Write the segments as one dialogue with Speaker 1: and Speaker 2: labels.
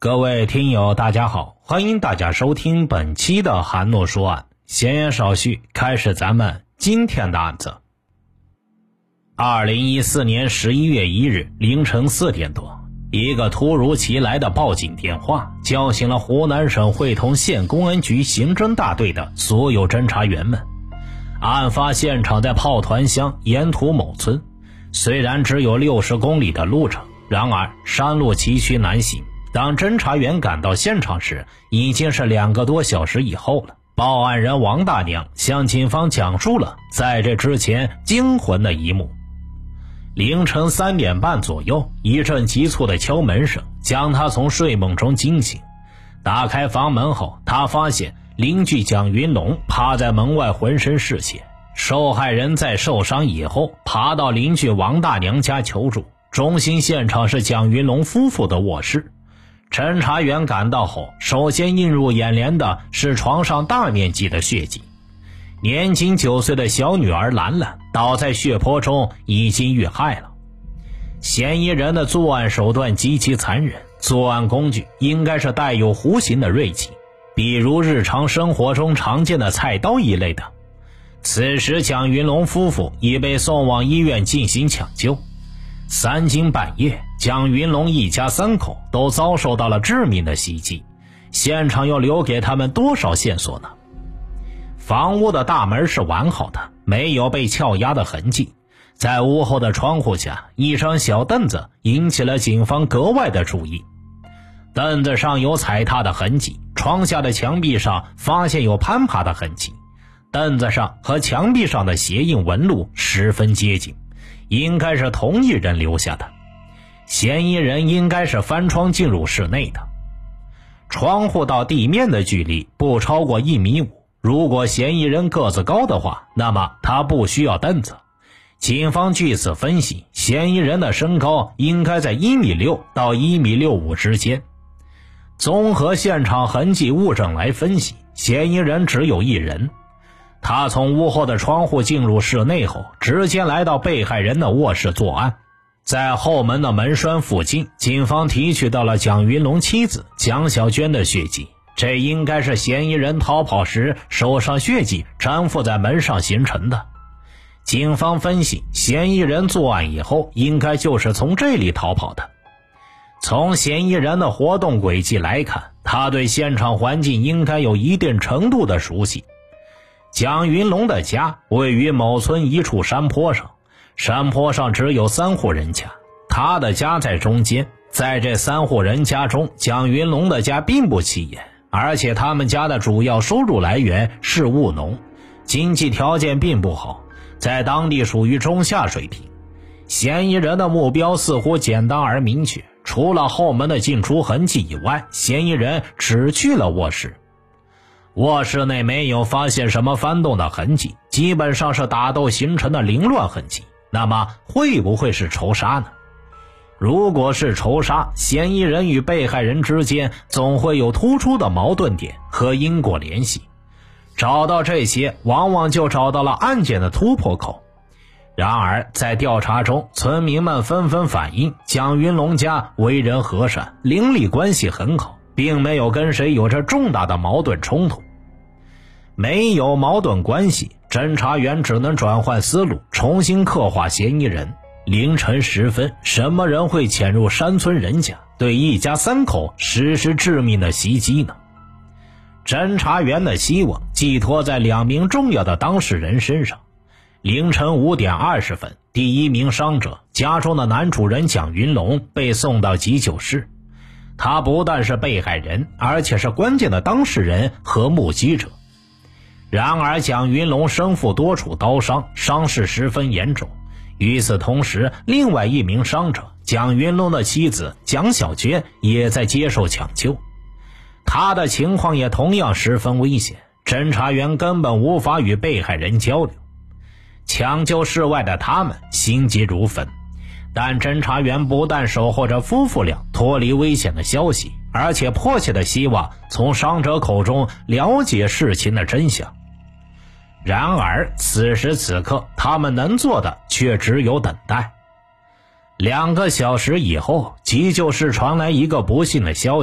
Speaker 1: 各位听友大家好，欢迎大家收听本期的韩诺说案。闲言少叙，开始咱们今天的案子。2014年11月1日凌晨4点多，一个突如其来的报警电话叫醒了湖南省会同县公安局刑侦大队的所有侦查员们。案发现场在炮团乡沿途某村，虽然只有60公里的路程，然而山路崎岖难行。当侦查员赶到现场时，已经是2个多小时以后了。报案人王大娘向警方讲述了在这之前惊魂的一幕。凌晨3点半左右，一阵急促的敲门声将她从睡梦中惊醒。打开房门后，她发现邻居蒋云龙趴在门外，浑身是血。受害人在受伤以后爬到邻居王大娘家求助，中心现场是蒋云龙夫妇的卧室。侦查员赶到后，首先映入眼帘的是床上大面积的血迹。年仅9岁的小女儿兰兰倒在血泊中，已经遇害了。嫌疑人的作案手段极其残忍，作案工具应该是带有弧形的锐器，比如日常生活中常见的菜刀一类的。此时蒋云龙夫妇已被送往医院进行抢救。3更半夜，蒋云龙一家3口都遭受到了致命的袭击，现场又留给他们多少线索呢？房屋的大门是完好的，没有被撬压的痕迹。在屋后的窗户下，一张小凳子引起了警方格外的注意。凳子上有踩踏的痕迹，窗下的墙壁上发现有攀爬的痕迹，凳子上和墙壁上的鞋印纹路十分接近，应该是同一人留下的。嫌疑人应该是翻窗进入室内的。窗户到地面的距离不超过1.5米，如果嫌疑人个子高的话，那么他不需要凳子。警方据此分析，嫌疑人的身高应该在1.6米到1.65米之间。综合现场痕迹物证来分析，嫌疑人只有一人。他从屋后的窗户进入室内后，直接来到被害人的卧室作案。在后门的门栓附近，警方提取到了蒋云龙妻子蒋小娟的血迹，这应该是嫌疑人逃跑时手上血迹粘附在门上形成的。警方分析，嫌疑人作案以后应该就是从这里逃跑的。从嫌疑人的活动轨迹来看，他对现场环境应该有一定程度的熟悉。蒋云龙的家位于某村一处山坡上，山坡上只有3户人家，他的家在中间。在这3户人家中，蒋云龙的家并不起眼，而且他们家的主要收入来源是务农，经济条件并不好，在当地属于中下水平。嫌疑人的目标似乎简单而明确，除了后门的进出痕迹以外，嫌疑人只去了卧室。卧室内没有发现什么翻动的痕迹，基本上是打斗形成的凌乱痕迹。那么会不会是仇杀呢？如果是仇杀，嫌疑人与被害人之间总会有突出的矛盾点和因果联系，找到这些往往就找到了案件的突破口。然而在调查中，村民们纷纷反映蒋云龙家为人和善，邻里关系很好，并没有跟谁有着重大的矛盾冲突。没有矛盾关系，侦查员只能转换思路，重新刻画嫌疑人。凌晨时分，什么人会潜入山村人家，对一家3口实施致命的袭击呢？侦查员的希望寄托在2名重要的当事人身上。凌晨5点20分，第1名伤者家中的男主人蒋云龙被送到急救室。他不但是被害人，而且是关键的当事人和目击者。然而蒋云龙身负多处刀伤，伤势十分严重。与此同时，另外1名伤者蒋云龙的妻子蒋小娟也在接受抢救，她的情况也同样十分危险，侦查员根本无法与被害人交流。抢救室外的他们心急如焚，但侦查员不但守候着夫妇俩脱离危险的消息，而且迫切的希望从伤者口中了解事情的真相。然而此时此刻，他们能做的却只有等待。2个小时以后，急救室传来一个不幸的消息，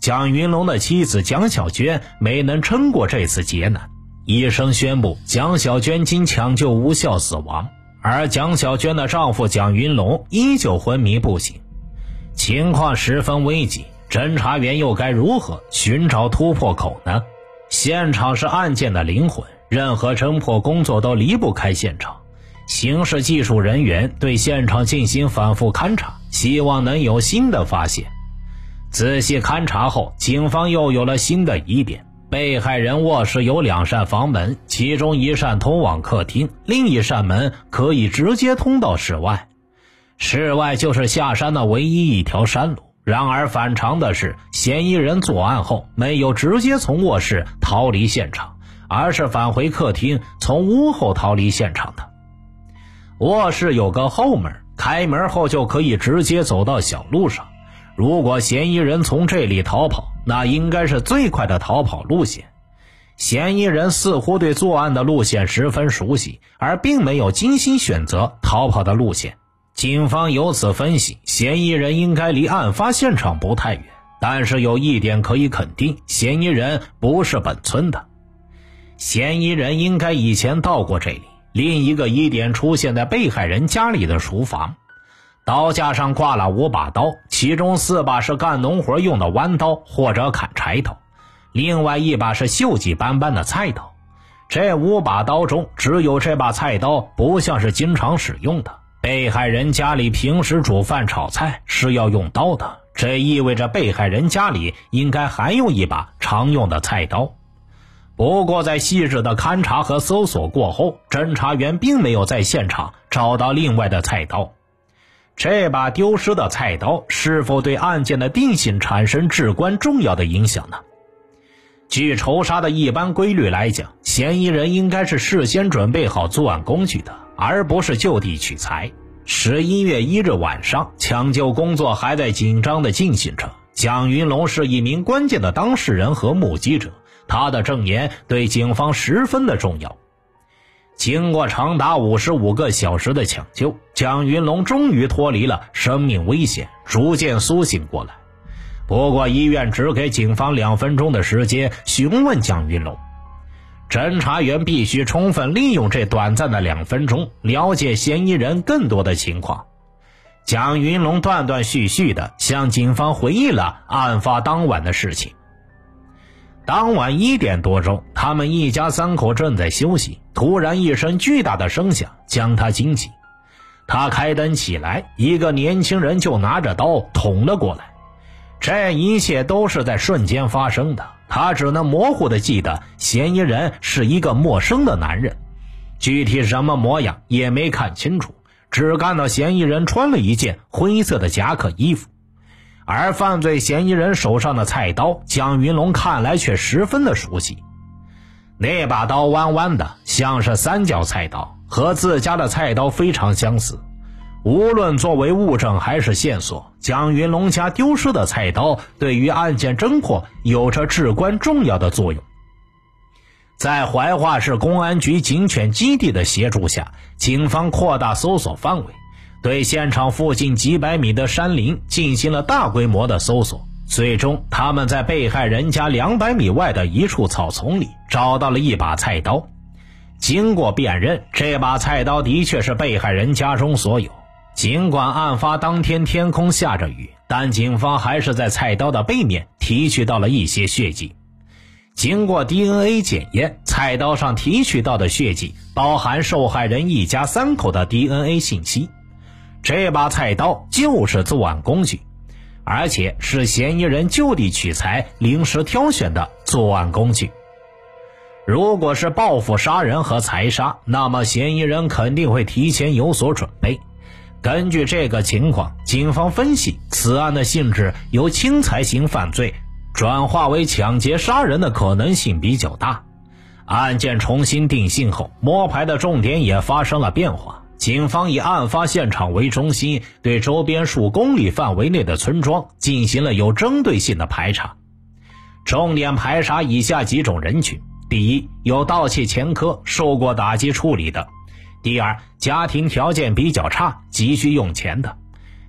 Speaker 1: 蒋云龙的妻子蒋小娟没能撑过这次劫难，医生宣布蒋小娟经抢救无效死亡，而蒋小娟的丈夫蒋云龙依旧昏迷不醒。情况十分危急，侦查员又该如何寻找突破口呢？现场是案件的灵魂，任何侦破工作都离不开现场。刑事技术人员对现场进行反复勘查，希望能有新的发现。仔细勘查后，警方又有了新的疑点。被害人卧室有2扇房门，其中1扇通往客厅，另1扇门可以直接通到室外。室外就是下山的唯一一条山路。然而反常的是，嫌疑人作案后没有直接从卧室逃离现场，而是返回客厅，从屋后逃离现场的。卧室有个后门，开门后就可以直接走到小路上。如果嫌疑人从这里逃跑，那应该是最快的逃跑路线。嫌疑人似乎对作案的路线十分熟悉，而并没有精心选择逃跑的路线。警方由此分析，嫌疑人应该离案发现场不太远，但是有一点可以肯定，嫌疑人不是本村的。嫌疑人应该以前到过这里。另一个疑点出现在被害人家里的厨房，刀架上挂了5把刀，其中4把是干农活用的弯刀或者砍柴刀，另外1把是锈迹斑斑的菜刀。这5把刀中，只有这把菜刀不像是经常使用的。被害人家里平时煮饭炒菜是要用刀的，这意味着被害人家里应该还有1把常用的菜刀。不过在细致的勘查和搜索过后，侦查员并没有在现场找到另外的菜刀。这把丢失的菜刀是否对案件的定性产生至关重要的影响呢？据仇杀的一般规律来讲，嫌疑人应该是事先准备好作案工具的，而不是就地取材。11月1日晚上，抢救工作还在紧张地进行着。蒋云龙是一名关键的当事人和目击者，他的证言对警方十分的重要。经过长达55个小时的抢救，蒋云龙终于脱离了生命危险，逐渐苏醒过来。不过医院只给警方2分钟的时间询问蒋云龙，侦查员必须充分利用这短暂的2分钟，了解嫌疑人更多的情况。蒋云龙断断续续地向警方回忆了案发当晚的事情。当晚1点多钟，他们一家3口正在休息，突然一声巨大的声响将他惊起。他开灯起来，一个年轻人就拿着刀捅了过来。这一切都是在瞬间发生的，他只能模糊地记得嫌疑人是一个陌生的男人，具体什么模样也没看清楚，只看到嫌疑人穿了一件灰色的夹克衣服。而犯罪嫌疑人手上的菜刀，蒋云龙看来却十分的熟悉。那把刀弯弯的，像是3角菜刀，和自家的菜刀非常相似。无论作为物证还是线索，蒋云龙家丢失的菜刀对于案件侦破有着至关重要的作用。在怀化市公安局警犬基地的协助下，警方扩大搜索范围，对现场附近几百米的山林进行了大规模的搜索。最终他们在被害人家200米外的一处草丛里找到了1把菜刀。经过辨认，这把菜刀的确是被害人家中所有。尽管案发当天天空下着雨，但警方还是在菜刀的背面提取到了一些血迹。经过 DNA 检验，菜刀上提取到的血迹包含受害人一家3口的 DNA 信息。这把菜刀就是作案工具，而且是嫌疑人就地取材临时挑选的作案工具。如果是报复杀人和财杀，那么嫌疑人肯定会提前有所准备。根据这个情况，警方分析此案的性质由轻财型犯罪转化为抢劫杀人的可能性比较大。案件重新定性后，摸排的重点也发生了变化。警方以案发现场为中心，对周边数公里范围内的村庄进行了有针对性的排查，重点排查以下几种人群：第一，有盗窃前科受过打击处理的；第二，家庭条件比较差急需用钱的；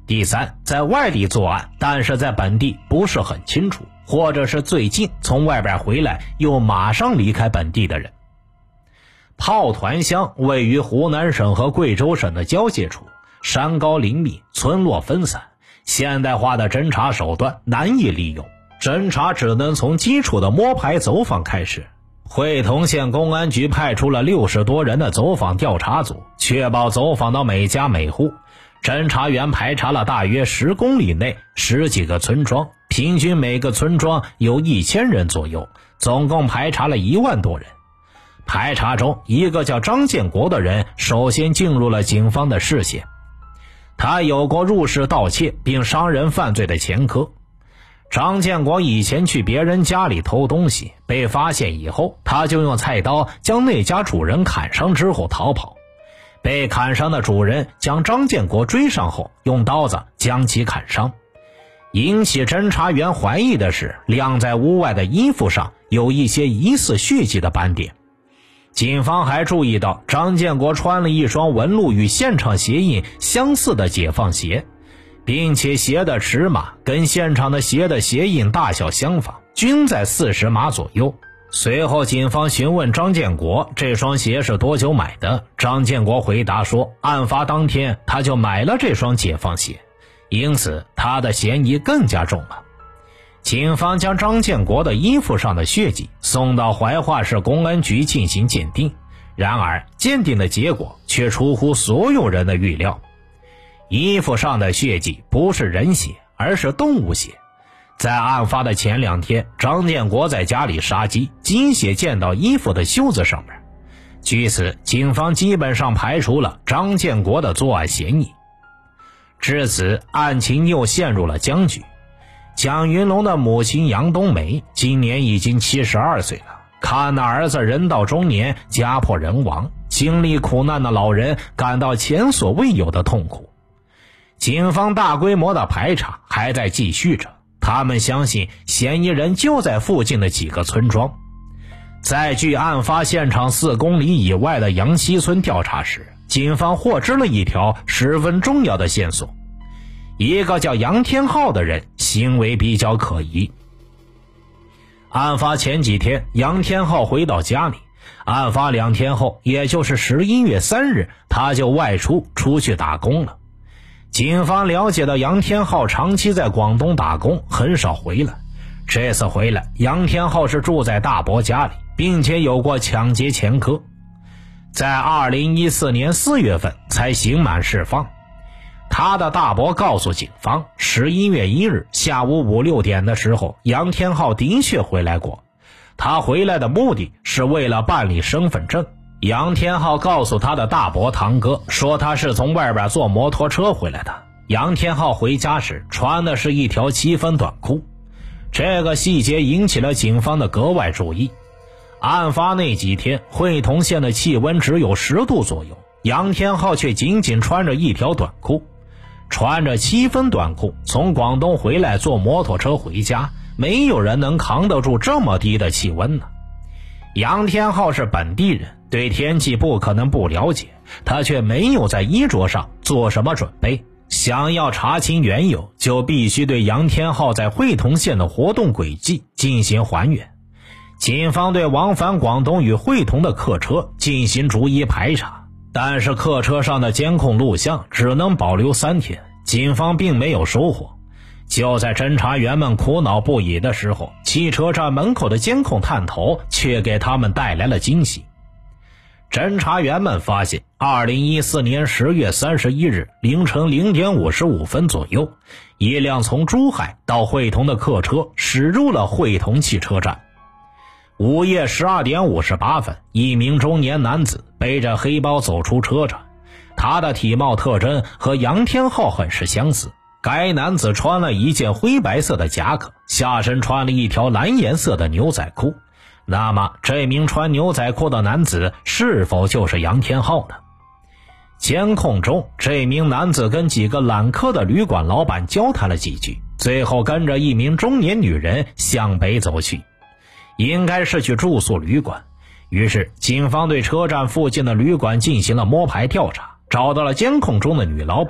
Speaker 1: 第三，在外地作案，但是在本地不是很清楚，或者是最近从外边回来又马上离开本地的人。炮团乡位于湖南省和贵州省的交界处，山高林密，村落分散，现代化的侦查手段难以利用，侦查只能从基础的摸排走访开始。会同县公安局派出了60多人的走访调查组，确保走访到每家每户。侦查员排查了大约10公里内10几个村庄，平均每个村庄有1000人左右，总共排查了1万多人。排查中，一个叫张建国的人首先进入了警方的视线。他有过入室盗窃并伤人犯罪的前科。张建国以前去别人家里偷东西，被发现以后，他就用菜刀将那家主人砍伤之后逃跑。被砍伤的主人将张建国追上后，用刀子将其砍伤。引起侦查员怀疑的是，晾在屋外的衣服上有一些疑似血迹的斑点。警方还注意到张建国穿了一双纹路与现场鞋印相似的解放鞋，并且鞋的尺码跟现场的鞋的鞋印大小相仿，均在40码左右。随后警方询问张建国这双鞋是多久买的，张建国回答说，案发当天他就买了这双解放鞋，因此他的嫌疑更加重了。警方将张建国的衣服上的血迹送到怀化市公安局进行鉴定，然而鉴定的结果却出乎所有人的预料。衣服上的血迹不是人血，而是动物血。在案发的前2天，张建国在家里杀鸡，鸡血溅到衣服的袖子上面。据此，警方基本上排除了张建国的作案嫌疑。至此，案情又陷入了僵局。蒋云龙的母亲杨冬梅今年已经72岁了，看到儿子人到中年，家破人亡，经历苦难的老人感到前所未有的痛苦。警方大规模的排查还在继续着，他们相信嫌疑人就在附近的几个村庄。在距案发现场4公里以外的杨溪村调查时，警方获知了一条十分重要的线索。一个叫杨天浩的人行为比较可疑。案发前几天，杨天浩回到家里，案发2天后，也就是11月3日，他就外出去打工了。警方了解到杨天浩长期在广东打工，很少回来。这次回来，杨天浩是住在大伯家里，并且有过抢劫前科，在2014年4月份才刑满释放。他的大伯告诉警方，11月1日下午5、6点的时候，杨天浩的确回来过。他回来的目的是为了办理身份证。杨天浩告诉他的大伯堂哥说，他是从外边坐摩托车回来的。杨天浩回家时穿的是一条7分短裤，这个细节引起了警方的格外注意。案发那几天，会同县的气温只有10度左右，杨天浩却仅仅穿着一条短裤。穿着7分短裤从广东回来，坐摩托车回家，没有人能扛得住这么低的气温呢。杨天浩是本地人，对天气不可能不了解，他却没有在衣着上做什么准备。想要查清缘由，就必须对杨天浩在会同县的活动轨迹进行还原。警方对往返广东与会同的客车进行逐一排查，但是客车上的监控录像只能保留3天，警方并没有收获。就在侦查员们苦恼不已的时候，汽车站门口的监控探头却给他们带来了惊喜。侦查员们发现2014年10月31日凌晨0点55分左右，一辆从珠海到会同的客车驶入了会同汽车站。午夜12点58分，一名中年男子背着黑包走出车站，他的体貌特征和杨天浩很是相似。该男子穿了一件灰白色的夹克，下身穿了一条蓝颜色的牛仔裤。那么这名穿牛仔裤的男子是否就是杨天浩呢？监控中，这名男子跟几个揽客的旅馆老板交谈了几句，最后跟着一名中年女人向北走去，应该是去住宿旅馆。于是警方对车站附近的旅馆进行了摸排调查，找到了监控中的女老板，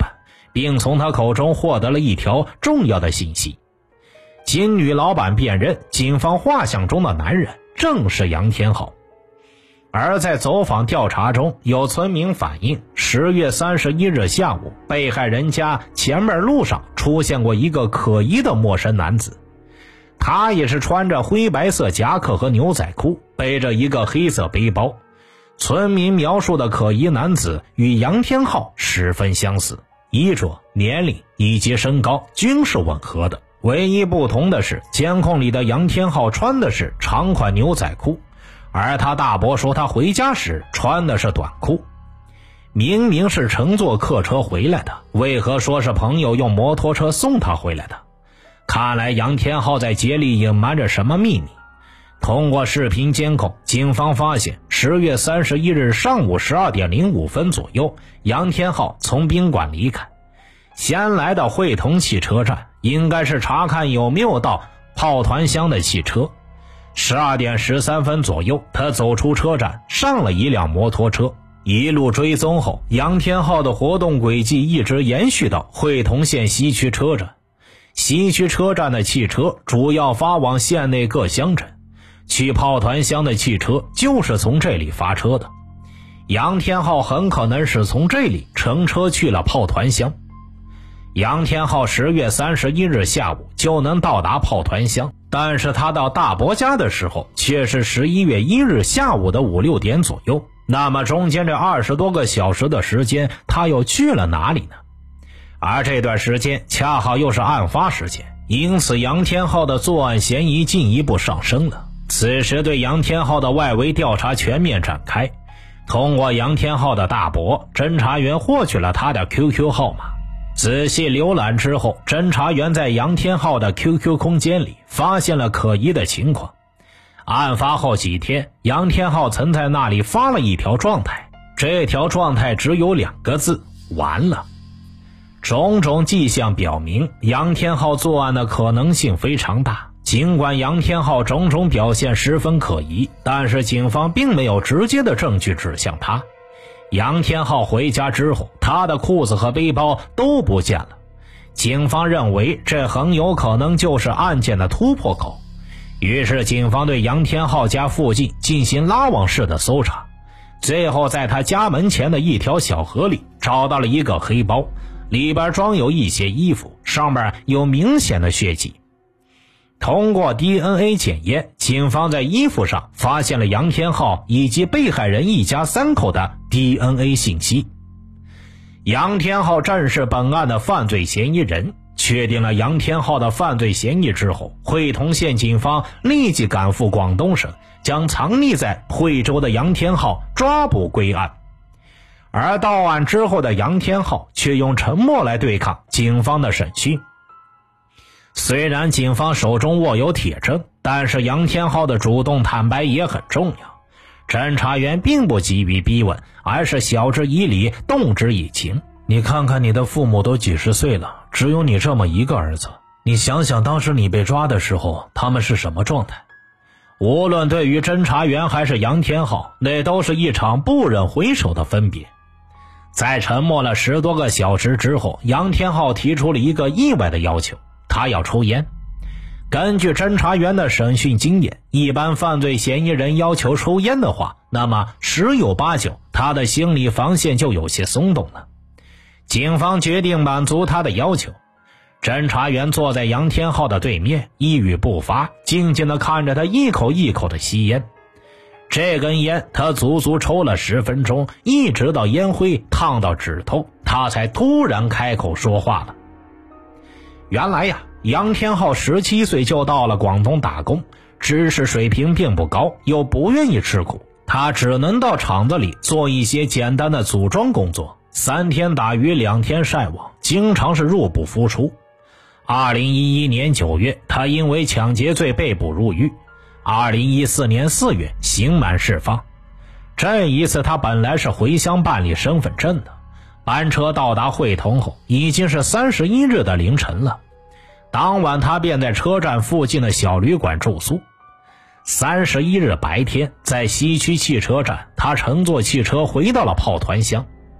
Speaker 1: 并从他口中获得了一条重要的信息。金女老板辨认警方画像中的男人正是杨天浩。而在走访调查中，有村民反映10月31日下午，被害人家前面路上出现过一个可疑的陌生男子。他也是穿着灰白色夹克和牛仔裤，背着一个黑色背包。村民描述的可疑男子与杨天浩十分相似，衣着、年龄以及身高均是吻合的。唯一不同的是，监控里的杨天浩穿的是长款牛仔裤，而他大伯说他回家时穿的是短裤。明明是乘坐客车回来的，为何说是朋友用摩托车送他回来的？看来杨天浩在竭力隐瞒着什么秘密。通过视频监控，警方发现10月31日上午12点05分左右，杨天浩从宾馆离开，先来到汇同汽车站，应该是查看有没有到炮团乡的汽车。12点13分左右，他走出车站，上了一辆摩托车。一路追踪后，杨天浩的活动轨迹一直延续到汇同县西区车站。西区车站的汽车主要发往县内各乡镇，去炮团乡的汽车就是从这里发车的。杨天浩很可能是从这里乘车去了炮团乡。杨天浩10月31日下午就能到达炮团乡，但是他到大伯家的时候却是11月1日下午的5、6点左右。那么中间这20多个小时的时间，他又去了哪里呢？而这段时间恰好又是案发时间，因此杨天浩的作案嫌疑进一步上升了。此时对杨天浩的外围调查全面展开，通过杨天浩的大伯，侦查员获取了他的 QQ 号码。仔细浏览之后，侦查员在杨天浩的 QQ 空间里发现了可疑的情况。案发后几天，杨天浩曾在那里发了一条状态，这条状态只有2个字：完了。种种迹象表明，杨天浩作案的可能性非常大。尽管杨天浩种种表现十分可疑，但是警方并没有直接的证据指向他。杨天浩回家之后，他的裤子和背包都不见了。警方认为这很有可能就是案件的突破口，于是警方对杨天浩家附近进行拉网式的搜查，最后在他家门前的一条小河里找到了一个黑包，里边装有一些衣服，上面有明显的血迹。通过 DNA 检验，警方在衣服上发现了杨天浩以及被害人一家3口的 DNA 信息。杨天浩正是本案的犯罪嫌疑人。确定了杨天浩的犯罪嫌疑之后，汇同县警方立即赶赴广东省，将藏匿在惠州的杨天浩抓捕归案。而到案之后的杨天浩却用沉默来对抗警方的审讯。虽然警方手中握有铁证，但是杨天浩的主动坦白也很重要。侦查员并不急于逼问，而是晓之以理，动之以情。你看看你的父母都几十岁了，只有你这么一个儿子，你想想当时你被抓的时候，他们是什么状态？无论对于侦查员还是杨天浩，那都是一场不忍回首的分别。在沉默了10多个小时之后，杨天浩提出了一个意外的要求，他要抽烟。根据侦查员的审讯经验，一般犯罪嫌疑人要求抽烟的话，那么10有8九他的心理防线就有些松动了。警方决定满足他的要求。侦查员坐在杨天浩的对面，一语不发，静静地看着他一口一口的吸烟。这根烟他足足抽了10分钟，一直到烟灰烫到指头，他才突然开口说话了。原来呀，杨天浩17岁就到了广东打工，知识水平并不高，又不愿意吃苦，他只能到厂子里做一些简单的组装工作，3天打鱼2天晒网，经常是入不敷出。2011年9月，他因为抢劫罪被捕入狱。2014年4月刑满释放。这一次他本来是回乡办理身份证的，班车到达惠同后已经是31日的凌晨了。当晚他便在车站附近的小旅馆住宿。31日白天，在西区汽车站，他乘坐汽车回到了炮团乡。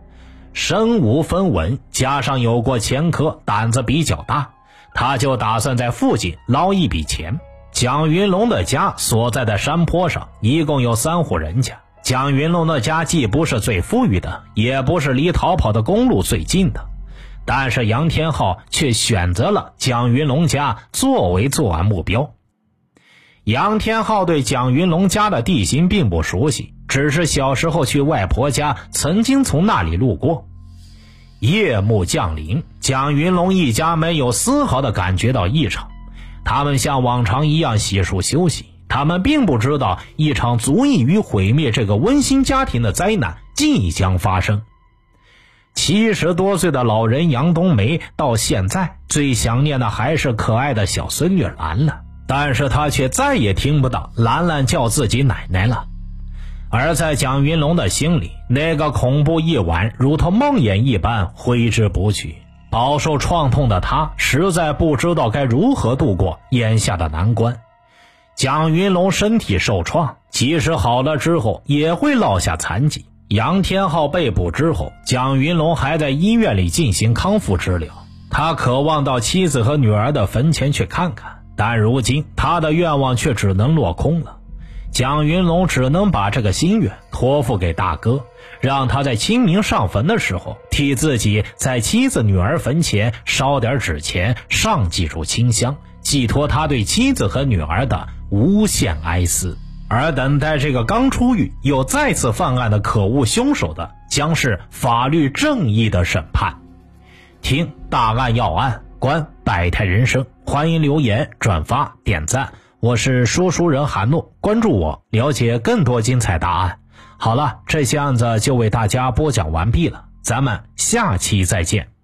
Speaker 1: 身无分文，加上有过前科，胆子比较大，他就打算在附近捞一笔钱。蒋云龙的家所在的山坡上一共有3户人家，蒋云龙的家既不是最富裕的，也不是离逃跑的公路最近的，但是杨天浩却选择了蒋云龙家作为作案目标。杨天浩对蒋云龙家的地形并不熟悉，只是小时候去外婆家曾经从那里路过。夜幕降临，蒋云龙一家没有丝毫的感觉到异常，他们像往常一样洗漱休息。他们并不知道一场足以于毁灭这个温馨家庭的灾难即将发生。70多岁的老人杨冬梅到现在最想念的还是可爱的小孙女兰兰，但是他却再也听不到兰兰叫自己奶奶了。而在蒋云龙的心里，那个恐怖一晚如同梦魇一般挥之不去。饱受创痛的他实在不知道该如何度过眼下的难关。蒋云龙身体受创，即使好了之后也会落下残疾。杨天浩被捕之后，蒋云龙还在医院里进行康复治疗。他渴望到妻子和女儿的坟前去看看，但如今他的愿望却只能落空了。蒋云龙只能把这个心愿托付给大哥，让他在清明上坟的时候替自己在妻子女儿坟前烧点纸钱，上几炷清香，寄托他对妻子和女儿的无限哀思。而等待这个刚出狱又再次犯案的可恶凶手的，将是法律正义的审判。听大案要案，观百态人生，欢迎留言转发点赞。我是说书人韩诺，关注我，了解更多精彩答案。好了，这些案子就为大家播讲完毕了，咱们下期再见。